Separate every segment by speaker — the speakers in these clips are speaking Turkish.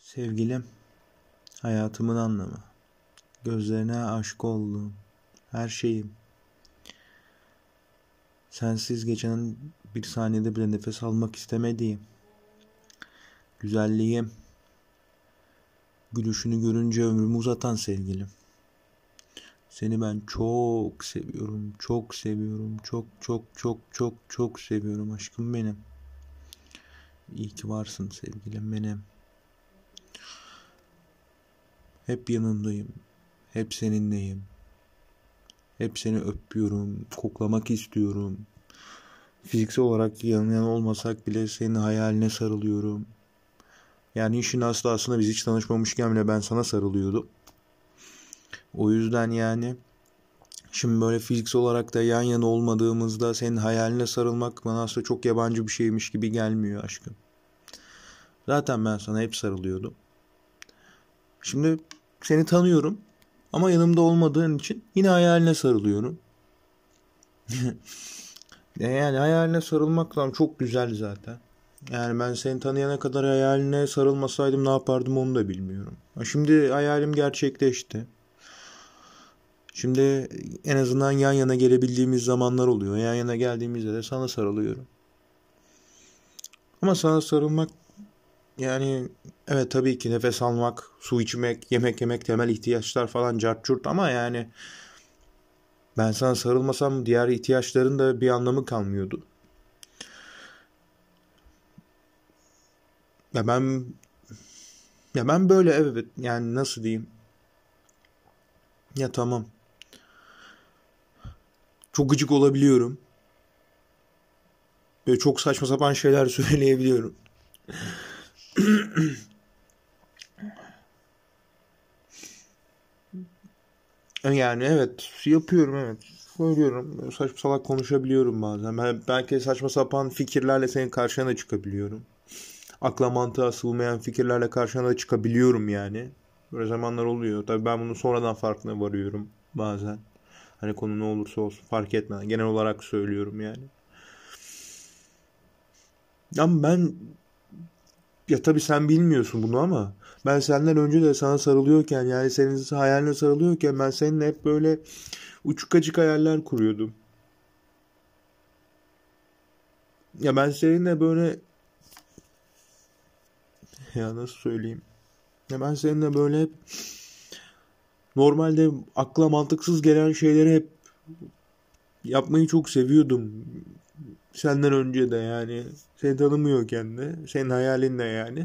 Speaker 1: Sevgilim, hayatımın anlamı, gözlerine aşık olduğum, her şeyim. Sensiz geçen bir saniyede bile nefes almak istemediğim, güzelliğim, gülüşünü görünce ömrümü uzatan sevgilim. Seni ben çok seviyorum, çok seviyorum, çok çok çok çok çok seviyorum aşkım benim. İyi ki varsın sevgilim benim. Hep yanındayım, hep seninleyim. Hep seni öpüyorum, koklamak istiyorum. Fiziksel olarak yan yana olmasak bile senin hayaline sarılıyorum. Yani işin aslı aslında biz hiç tanışmamışken bile ben sana sarılıyordum. O yüzden yani şimdi böyle fiziksel olarak da yan yana olmadığımızda senin hayaline sarılmak bana aslında çok yabancı bir şeymiş gibi gelmiyor aşkım. Zaten ben sana hep sarılıyordum. Şimdi seni tanıyorum ama yanımda olmadığın için yine hayaline sarılıyorum. Yani hayaline sarılmak tam çok güzel zaten. Yani ben seni tanıyana kadar hayaline sarılmasaydım ne yapardım onu da bilmiyorum. Şimdi hayalim gerçekleşti. Şimdi en azından yan yana gelebildiğimiz zamanlar oluyor. Yan yana geldiğimizde de sana sarılıyorum. Ama sana sarılmak yani evet tabii ki nefes almak, su içmek, yemek yemek temel ihtiyaçlar falan cart curt ama yani ben sana sarılmasam diğer ihtiyaçların da bir anlamı kalmıyordu. Ya ben ya ben böyle evet yani nasıl diyeyim? Ya tamam. Çok gıcık olabiliyorum. Böyle çok saçma sapan şeyler söyleyebiliyorum. Yani evet yapıyorum evet. Söylüyorum. Böyle saçma salak konuşabiliyorum bazen. Ben belki saçma sapan fikirlerle senin karşına da çıkabiliyorum. Akla mantığa sığmayan fikirlerle karşına da çıkabiliyorum yani. Böyle zamanlar oluyor. Tabii ben bunun sonradan farkına varıyorum bazen. Hani konu ne olursa olsun fark etmeden. Genel olarak söylüyorum yani. Ama ben ya tabii sen bilmiyorsun bunu ama ben senden önce de sana sarılıyorken yani senin hayaline sarılıyorken ben seninle hep böyle uçuk kaçık hayaller kuruyordum. Ya ben seninle böyle ya nasıl söyleyeyim? Ya ben seninle böyle hep normalde akla mantıksız gelen şeyleri hep yapmayı çok seviyordum. Senden önce de yani. Seni tanımıyorken de. Senin hayalin de yani.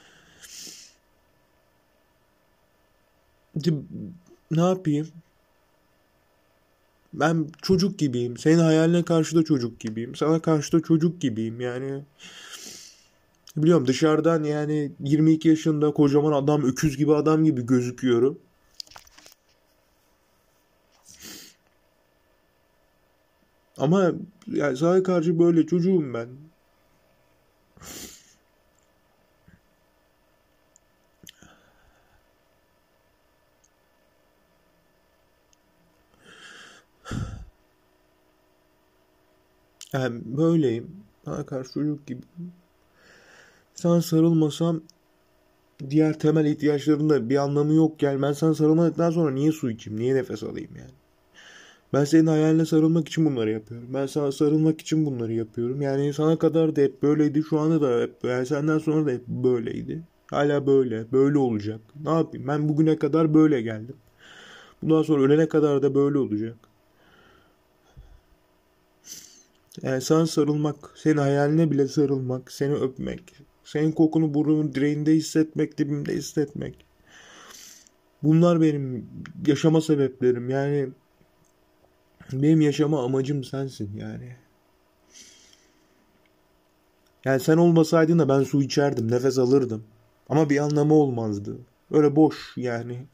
Speaker 1: İşte ne yapayım? Ben çocuk gibiyim. Senin hayaline karşı da çocuk gibiyim. Sana karşı da çocuk gibiyim. Yani biliyorum dışarıdan yani 22 yaşında kocaman adam, öküz gibi adam gibi gözüküyorum. Ama yani sana karşı böyle çocuğum ben. Yani böyleyim. Sana karşı çocuk gibi. Sana sarılmasam diğer temel ihtiyaçlarında bir anlamı yok. Yani ben sana sarılmadıktan sonra niye su içeyim? Niye nefes alayım yani? Ben senin hayaline sarılmak için bunları yapıyorum. Ben sana sarılmak için bunları yapıyorum. Yani sana kadar da hep böyleydi. Şu anda da hep yani senden sonra da hep böyleydi. Hala böyle. Böyle olacak. Ne yapayım? Ben bugüne kadar böyle geldim. Bundan sonra ölene kadar da böyle olacak. Yani sana sarılmak, senin hayaline bile sarılmak, seni öpmek, senin kokunu burnumun direğinde hissetmek, dibimde hissetmek. Bunlar benim yaşama sebeplerim. Yani benim yaşama amacım sensin yani. Yani sen olmasaydın da ben su içerdim, nefes alırdım. Ama bir anlamı olmazdı. Öyle boş yani.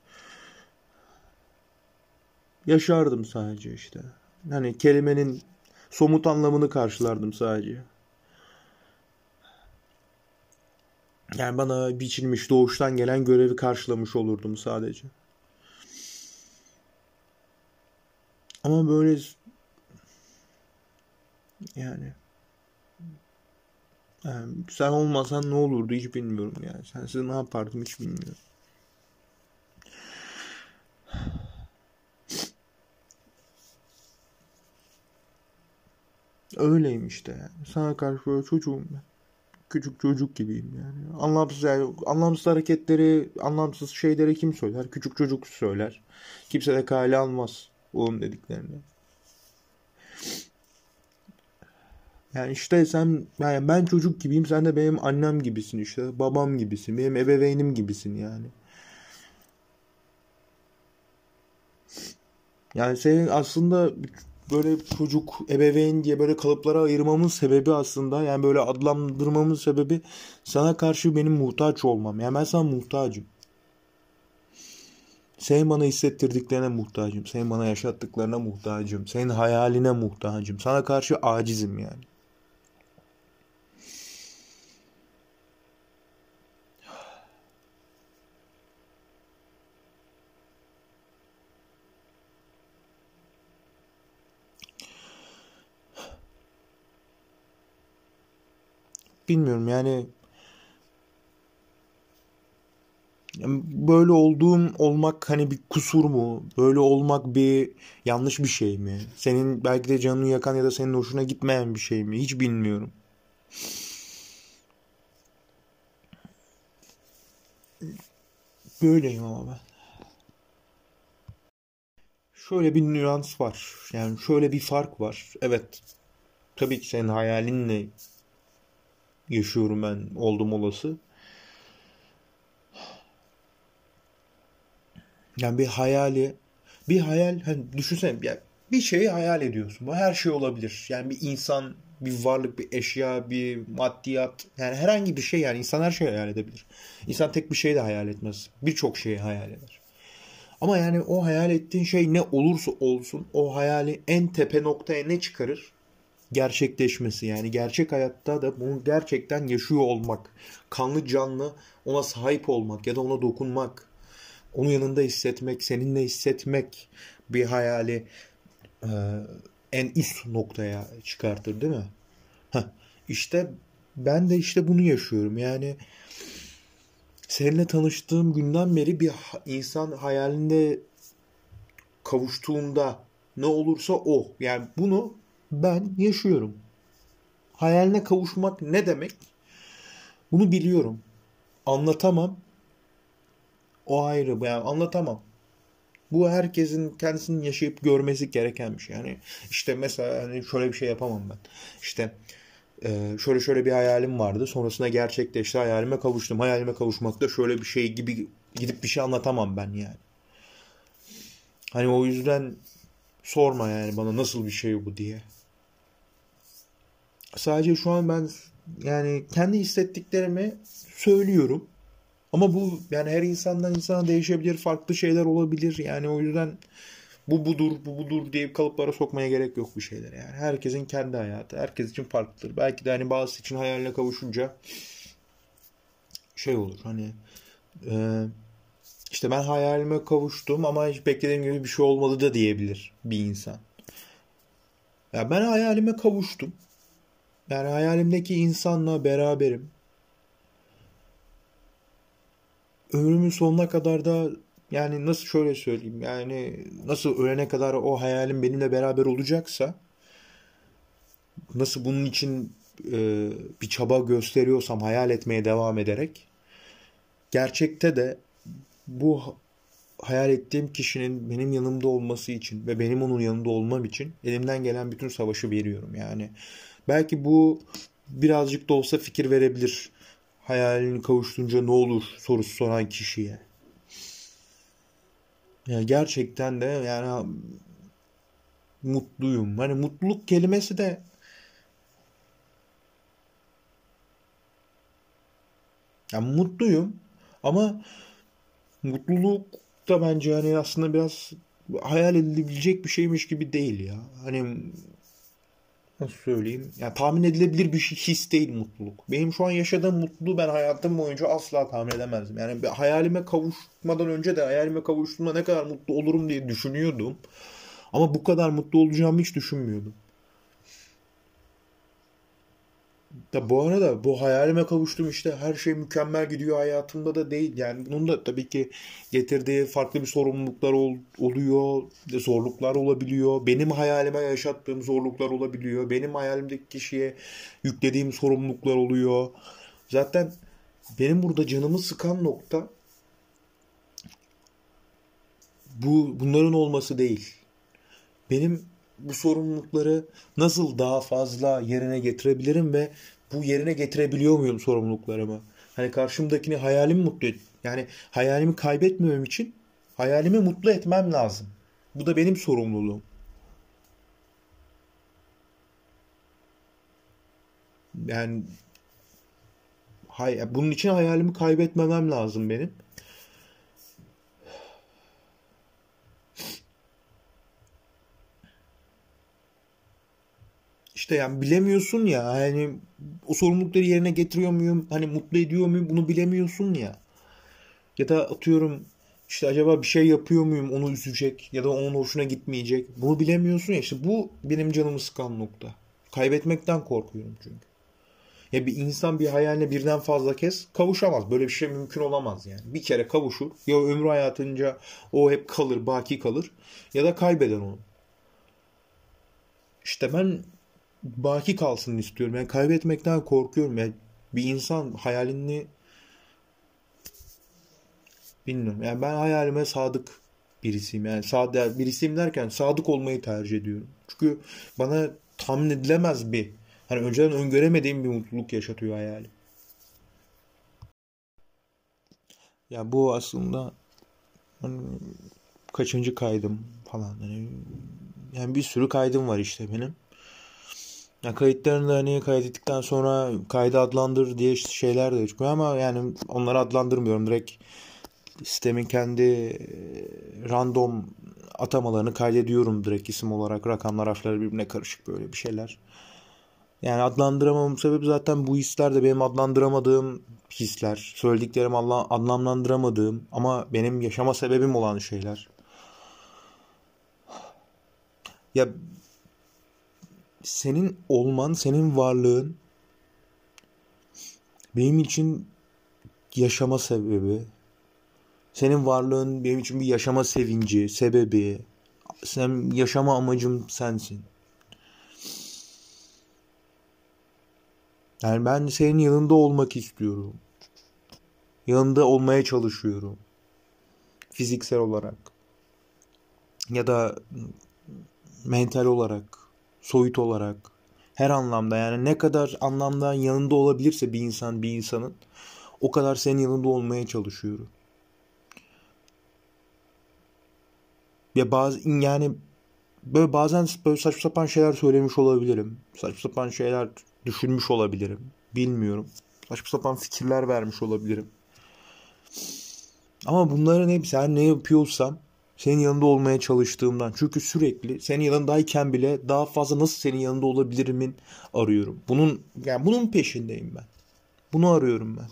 Speaker 1: Yaşardım sadece işte. Hani kelimenin somut anlamını karşılardım sadece. Yani bana biçilmiş doğuştan gelen görevi karşılamış olurdum sadece. Ama böyle yani Yani sen olmasan ne olurdu hiç bilmiyorum yani. Sensiz ne yapardım hiç bilmiyorum. Öyleyim işte yani. Sana karşı böyle çocuğum ben. Küçük çocuk gibiyim yani. Anlamsız yani, anlamsız hareketleri, anlamsız şeyleri kim söyler? Küçük çocuk söyler. Kimse de kale almaz onun dediklerini. Yani işte sen, yani ben çocuk gibiyim, sen de benim annem gibisin işte. Babam gibisin, benim ebeveynim gibisin yani. Yani senin aslında böyle çocuk, ebeveyn diye böyle kalıplara ayırmamın sebebi aslında, yani böyle adlandırmamın sebebi sana karşı benim muhtaç olmam. Yani ben sana muhtacım. Senin bana hissettirdiklerine muhtacım. Senin bana yaşattıklarına muhtacım. Senin hayaline muhtacım. Sana karşı acizim yani. Bilmiyorum yani, böyle olduğum olmak hani bir kusur mu? Böyle olmak bir yanlış bir şey mi? Senin belki de canını yakan ya da senin hoşuna gitmeyen bir şey mi? Hiç bilmiyorum. Böyleyim ama ben. Şöyle bir nüans var. Yani şöyle bir fark var. Evet, tabii ki senin hayalinle yaşıyorum ben oldum olası. Yani bir hayal, hani düşünsene yani, bir şeyi hayal ediyorsun. Bu her şey olabilir. Yani bir insan, bir varlık, bir eşya, bir maddiyat, yani herhangi bir şey, yani insan her şeyi hayal edebilir. İnsan tek bir şeyi de hayal etmez. Birçok şeyi hayal eder. Ama yani o hayal ettiğin şey ne olursa olsun, o hayali en tepe noktaya ne çıkarır? Gerçekleşmesi, yani gerçek hayatta da bunu gerçekten yaşıyor olmak, kanlı canlı ona sahip olmak ya da ona dokunmak, onun yanında hissetmek, seninle hissetmek bir hayali e, en üst noktaya çıkartır, değil mi? Heh, işte ben de işte bunu yaşıyorum. Yani seninle tanıştığım günden beri bir insan hayalinde kavuştuğunda ne olursa o. Yani bunu ben yaşıyorum. Hayaline kavuşmak ne demek? Bunu biliyorum. Anlatamam. O ayrı. Yani anlatamam. Bu herkesin kendisinin yaşayıp görmesi gereken bir şey. Yani işte mesela hani şöyle bir şey yapamam ben. İşte şöyle şöyle bir hayalim vardı. Sonrasında gerçekleşti. Hayalime kavuştum. Hayalime kavuşmak da şöyle bir şey gibi gidip bir şey anlatamam ben yani. Hani o yüzden sorma yani bana nasıl bir şey bu diye. Sadece şu an ben yani kendi hissettiklerimi söylüyorum. Ama bu yani her insandan insana değişebilir, farklı şeyler olabilir. Yani o yüzden bu budur, bu budur diye kalıplara sokmaya gerek yok bir şeyler yani. Herkesin kendi hayatı, herkes için farklıdır. Belki de hani bazısı için hayaline kavuşunca şey olur hani, e, işte ben hayalime kavuştum ama hiç beklediğim gibi bir şey olmadı da diyebilir bir insan. Ya ben hayalime kavuştum. Yani hayalimdeki insanla beraberim. Ömrümün sonuna kadar da, yani nasıl şöyle söyleyeyim, yani nasıl ölene kadar o hayalim benimle beraber olacaksa, nasıl bunun için bir çaba gösteriyorsam hayal etmeye devam ederek, gerçekte de bu hayal ettiğim kişinin benim yanımda olması için ve benim onun yanında olmam için elimden gelen bütün savaşı veriyorum. Yani belki bu birazcık da olsa fikir verebilir. Hayalini kavuştunca ne olur sorusu soran kişiye. Yani gerçekten de yani mutluyum. Hani mutluluk kelimesi de, yani mutluyum ama mutluluk da bence hani aslında biraz hayal edilebilecek bir şeymiş gibi değil ya. Hani nasıl söyleyeyim? Yani tahmin edilebilir bir his değil mutluluk. Benim şu an yaşadığım mutluluğu ben hayatım boyunca asla tahmin edemezdim. Yani hayalime kavuşmadan önce de hayalime kavuştuğumda ne kadar mutlu olurum diye düşünüyordum. Ama bu kadar mutlu olacağımı hiç düşünmüyordum. Da bu arada bu hayalime kavuştum, işte her şey mükemmel gidiyor hayatımda da değil. Yani bunun da tabii ki getirdiği farklı bir sorumluluklar oluyor, zorluklar olabiliyor. Benim hayalime yaşattığım zorluklar olabiliyor. Benim hayalimdeki kişiye yüklediğim sorumluluklar oluyor. Zaten benim burada canımı sıkan nokta bunların olması değil. Benim bu sorumlulukları nasıl daha fazla yerine getirebilirim ve bu yerine getirebiliyor muyum sorumluluklarımı? Hani karşımdakini hayalimi mutlu et. Yani hayalimi kaybetmemem için hayalimi mutlu etmem lazım. Bu da benim sorumluluğum. Yani bunun için hayalimi kaybetmemem lazım benim. İşte yani bilemiyorsun ya, yani o sorumlulukları yerine getiriyor muyum? Hani mutlu ediyor muyum? Bunu bilemiyorsun ya. Ya da atıyorum işte acaba bir şey yapıyor muyum onu üzecek ya da onun hoşuna gitmeyecek. Bunu bilemiyorsun ya, işte bu benim canımı sıkan nokta. Kaybetmekten korkuyorum çünkü. Ya bir insan bir hayaline birden fazla kez kavuşamaz. Böyle bir şey mümkün olamaz yani. Bir kere kavuşur ya ömrü hayatınca o hep kalır, baki kalır ya da kaybeder onu. İşte ben baki kalsın istiyorum. Yani kaybetmekten korkuyorum. Yani bir insan hayalini bilmiyorum. Yani ben hayalime sadık birisiyim. Yani birisiyim derken sadık olmayı tercih ediyorum. Çünkü bana tahmin edilemez bir, hani önceden öngöremediğim bir mutluluk yaşatıyor hayalim. Ya bu aslında hani kaçıncı kaydım falan. Yani bir sürü kaydım var işte benim. Ya kayıtlarını da hani kaydettikten sonra kaydı adlandır diye şeyler de çıkıyor ama yani onları adlandırmıyorum. Direkt sistemin kendi random atamalarını kaydediyorum direkt isim olarak. Rakamlar, harfler birbirine karışık böyle bir şeyler. Yani adlandıramamın sebebi zaten bu hisler de benim adlandıramadığım hisler. Söylediklerimi anlamlandıramadığım ama benim yaşama sebebim olan şeyler. Ya senin olman, senin varlığın benim için yaşama sebebi. Senin varlığın benim için bir yaşama sevinci, sebebi. Sen yaşama amacım sensin. Yani ben senin yanında olmak istiyorum. Yanında olmaya çalışıyorum. Fiziksel olarak ya da mental olarak, soyut olarak, her anlamda, yani ne kadar anlamda yanında olabilirse bir insan bir insanın o kadar senin yanında olmaya çalışıyorum. Ya yani böyle bazen böyle saçma sapan şeyler söylemiş olabilirim. Saçma sapan şeyler düşünmüş olabilirim. Bilmiyorum. Saçma sapan fikirler vermiş olabilirim. Ama bunların hepsi, her ne yapıyorsam senin yanında olmaya çalıştığımdan. Çünkü sürekli senin yanındayken bile daha fazla nasıl senin yanında olabilirimin arıyorum. Bunun peşindeyim ben. Bunu arıyorum ben.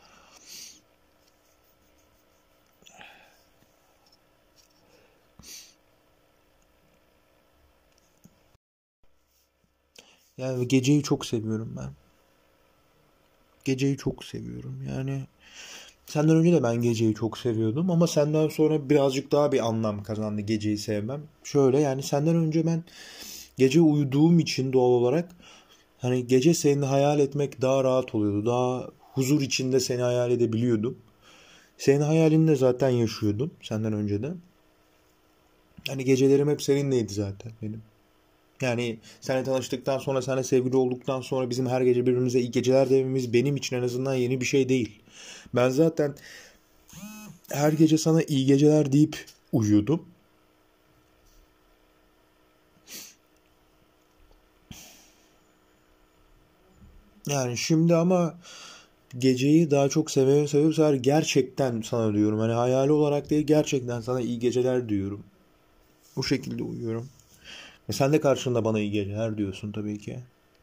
Speaker 1: Yani geceyi çok seviyorum ben. Geceyi çok seviyorum. Yani senden önce de ben geceyi çok seviyordum ama senden sonra birazcık daha bir anlam kazandı geceyi sevmem. Şöyle, yani senden önce ben gece uyuduğum için doğal olarak hani gece seni hayal etmek daha rahat oluyordu. Daha huzur içinde seni hayal edebiliyordum. Senin hayalinde zaten yaşıyordum senden önce de. Hani gecelerim hep seninleydi zaten benim. Yani seninle tanıştıktan sonra, seninle sevgili olduktan sonra bizim her gece birbirimize iyi geceler dememiz benim için en azından yeni bir şey değil. Ben zaten her gece sana iyi geceler deyip uyuyordum. Yani şimdi ama geceyi daha çok severim sebebi bu sefer gerçekten sana diyorum. Hani hayali olarak değil, gerçekten sana iyi geceler diyorum. Bu şekilde uyuyorum. Sen de karşında bana iyi geceler diyorsun tabii ki.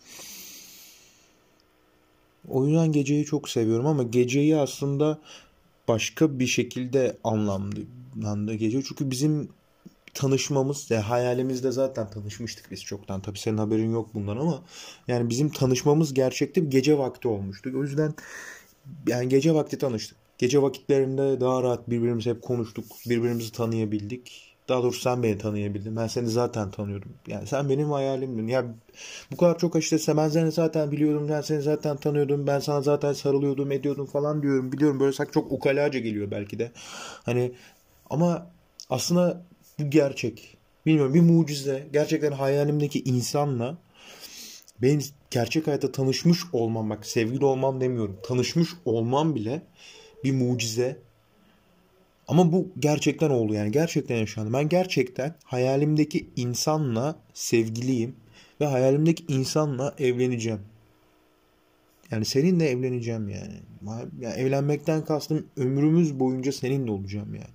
Speaker 1: O yüzden geceyi çok seviyorum ama geceyi aslında başka bir şekilde anlamlandı gece. Çünkü bizim tanışmamız, hayalimizde zaten tanışmıştık biz çoktan. Tabii senin haberin yok bundan ama yani bizim tanışmamız gerçekte bir gece vakti olmuştu. O yüzden yani gece vakti tanıştık. Gece vakitlerinde daha rahat birbirimizi hep konuştuk. Birbirimizi tanıyabildik. Daha doğrusu sen beni tanıyabildin. Ben seni zaten tanıyordum. Yani sen benim hayalimdin. Ya bu kadar çok işte ben seni zaten biliyordum. Ben seni zaten tanıyordum. Ben sana zaten sarılıyordum, ediyordum falan diyorum. Biliyorum böyle çok ukalaca geliyor belki de. Hani ama aslında bu gerçek. Bilmiyorum, bir mucize. Gerçekten hayalimdeki insanla benim gerçek hayatta tanışmış olmam, bak sevgili olmam demiyorum. Tanışmış olmam bile bir mucize. Ama bu gerçekten oldu yani. Gerçekten yaşandı. Ben gerçekten hayalimdeki insanla sevgiliyim. Ve hayalimdeki insanla evleneceğim. Yani seninle evleneceğim yani. Yani evlenmekten kastım ömrümüz boyunca seninle olacağım yani.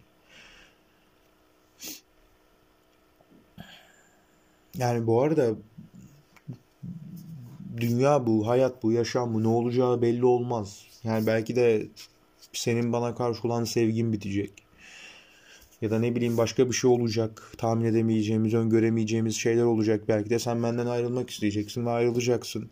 Speaker 1: Yani bu arada dünya bu, hayat bu, yaşam bu. Ne olacağı belli olmaz. Yani belki de senin bana karşı olan sevgin bitecek. Ya da ne bileyim başka bir şey olacak. Tahmin edemeyeceğimiz, öngöremeyeceğimiz şeyler olacak. Belki de sen benden ayrılmak isteyeceksin ve ayrılacaksın.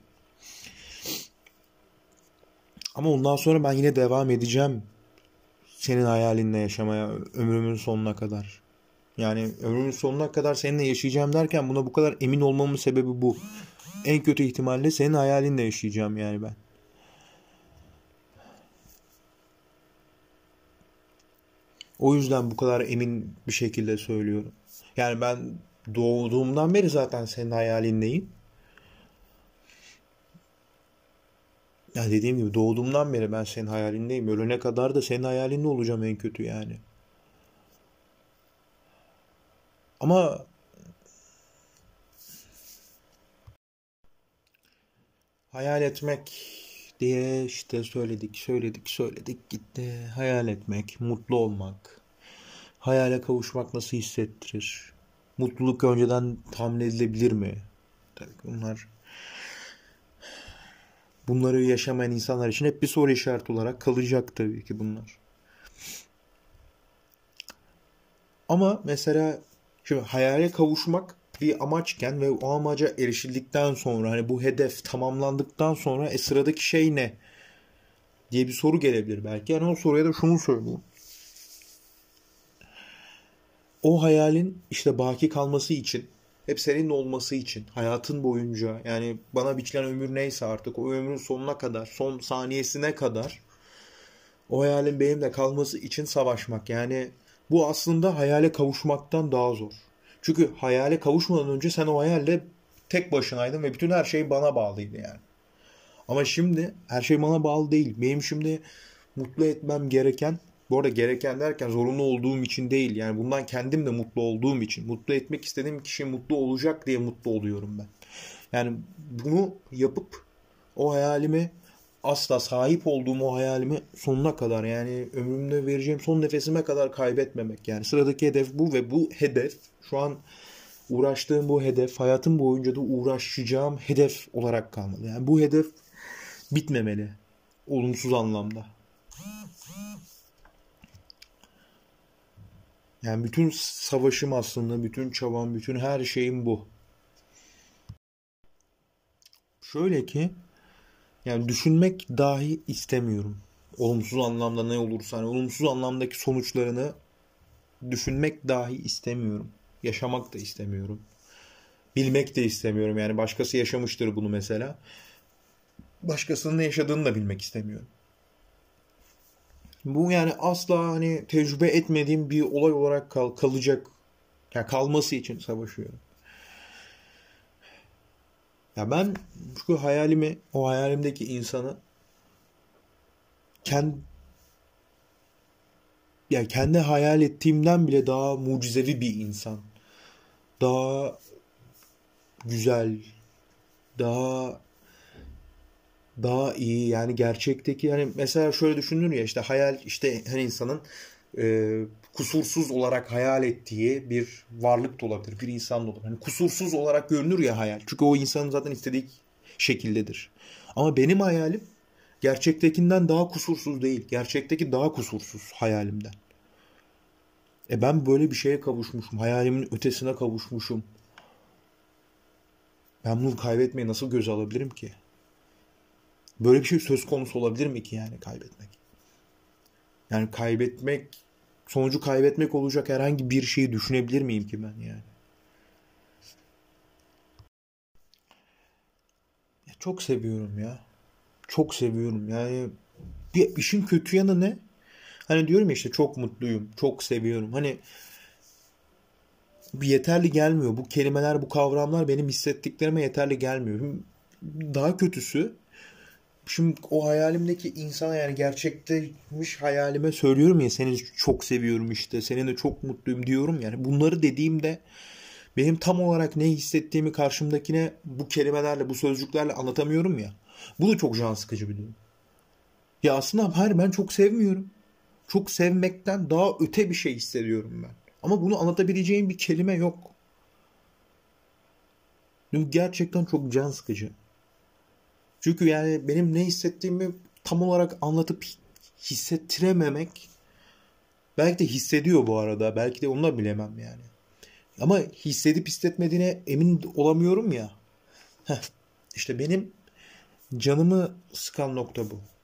Speaker 1: Ama ondan sonra ben yine devam edeceğim senin hayalinle yaşamaya ömrümün sonuna kadar. Yani ömrümün sonuna kadar seninle yaşayacağım derken buna bu kadar emin olmamın sebebi bu. En kötü ihtimalle senin hayalinle yaşayacağım yani ben. O yüzden bu kadar emin bir şekilde söylüyorum. Yani ben doğduğumdan beri zaten senin hayalindeyim. Ya dediğim gibi doğduğumdan beri ben senin hayalindeyim. Ölene kadar da senin hayalinde olacağım en kötü yani. Ama hayal etmek diye işte söyledik gitti. Hayal etmek, mutlu olmak, hayale kavuşmak nasıl hissettirir? Mutluluk önceden tahmin edilebilir mi? Tabii bunları yaşamayan insanlar için hep bir soru işareti olarak kalacak tabii ki bunlar. Ama mesela şimdi hayale kavuşmak bir amaçken ve o amaca erişildikten sonra hani bu hedef tamamlandıktan sonra sıradaki şey ne diye bir soru gelebilir belki. Yani o soruya da şunu söyleyeyim. O hayalin işte baki kalması için, hep seninle olması için, hayatın boyunca yani bana biçilen ömür neyse artık o ömrün sonuna kadar, son saniyesine kadar o hayalin benimle kalması için savaşmak. Yani bu aslında hayale kavuşmaktan daha zor. Çünkü hayale kavuşmadan önce sen o hayalle tek başınaydın ve bütün her şey bana bağlıydı yani. Ama şimdi her şey bana bağlı değil. Benim şimdi mutlu etmem gereken, bu arada gereken derken zorunlu olduğum için değil. Yani bundan kendim de mutlu olduğum için. Mutlu etmek istediğim kişi mutlu olacak diye mutlu oluyorum ben. Yani bunu yapıp o hayalimi asla sahip olduğum o hayalimi sonuna kadar yani ömrümde vereceğim son nefesime kadar kaybetmemek. Yani sıradaki hedef bu ve bu hedef şu an uğraştığım bu hedef hayatım boyunca da uğraşacağım hedef olarak kalmalı. Yani bu hedef bitmemeli olumsuz anlamda. Yani bütün savaşım aslında, bütün çabam, bütün her şeyim bu. Şöyle ki yani düşünmek dahi istemiyorum. Olumsuz anlamda ne olursa hani olumsuz anlamdaki sonuçlarını düşünmek dahi istemiyorum. Yaşamak da istemiyorum. Bilmek de istemiyorum. Yani başkası yaşamıştır bunu mesela. Başkasının ne yaşadığını da bilmek istemiyorum. Bu yani asla hani tecrübe etmediğim bir olay olarak kalacak. Yani kalması için savaşıyorum. Ya ben şu hayalimi, o hayalimdeki insanı kendi yani kendi hayal ettiğimden bile daha mucizevi bir insan. Daha güzel, daha iyi yani gerçekteki yani mesela şöyle düşünülür ya işte hayal işte her insanın kusursuz olarak hayal ettiği bir varlık da olabilir, bir insan da olabilir. Hani kusursuz olarak görünür ya hayal. Çünkü o insanın zaten istediği şekildedir. Ama benim hayalim gerçektekinden daha kusursuz değil. Gerçekteki daha kusursuz hayalimden. Ben böyle bir şeye kavuşmuşum. Hayalimin ötesine kavuşmuşum. Ben bunu kaybetmeyi nasıl göze alabilirim ki? Böyle bir şey söz konusu olabilir mi ki yani kaybetmek? Yani kaybetmek, sonucu kaybetmek olacak herhangi bir şeyi düşünebilir miyim ki ben yani? Çok seviyorum ya. Çok seviyorum. Yani bir işin kötü yanı ne? Hani diyorum ya işte çok mutluyum, çok seviyorum. Hani bir yeterli gelmiyor. Bu kelimeler, bu kavramlar benim hissettiklerime yeterli gelmiyor. Daha kötüsü, şimdi o hayalimdeki insana yani gerçekleşmiş hayalime söylüyorum ya seni çok seviyorum işte, seninle çok mutluyum diyorum yani. Bunları dediğimde benim tam olarak ne hissettiğimi karşımdakine bu kelimelerle, bu sözcüklerle anlatamıyorum ya. Bu da çok can sıkıcı bir durum. Ya aslında hayır, ben çok sevmiyorum. Çok sevmekten daha öte bir şey hissediyorum ben. Ama bunu anlatabileceğim bir kelime yok. Bu gerçekten çok can sıkıcı. Çünkü yani benim ne hissettiğimi tam olarak anlatıp hissettirememek, belki de hissediyor bu arada. Belki de onu da bilemem yani. Ama hissedip hissetmediğine emin olamıyorum ya. Heh, işte benim canımı sıkan nokta bu.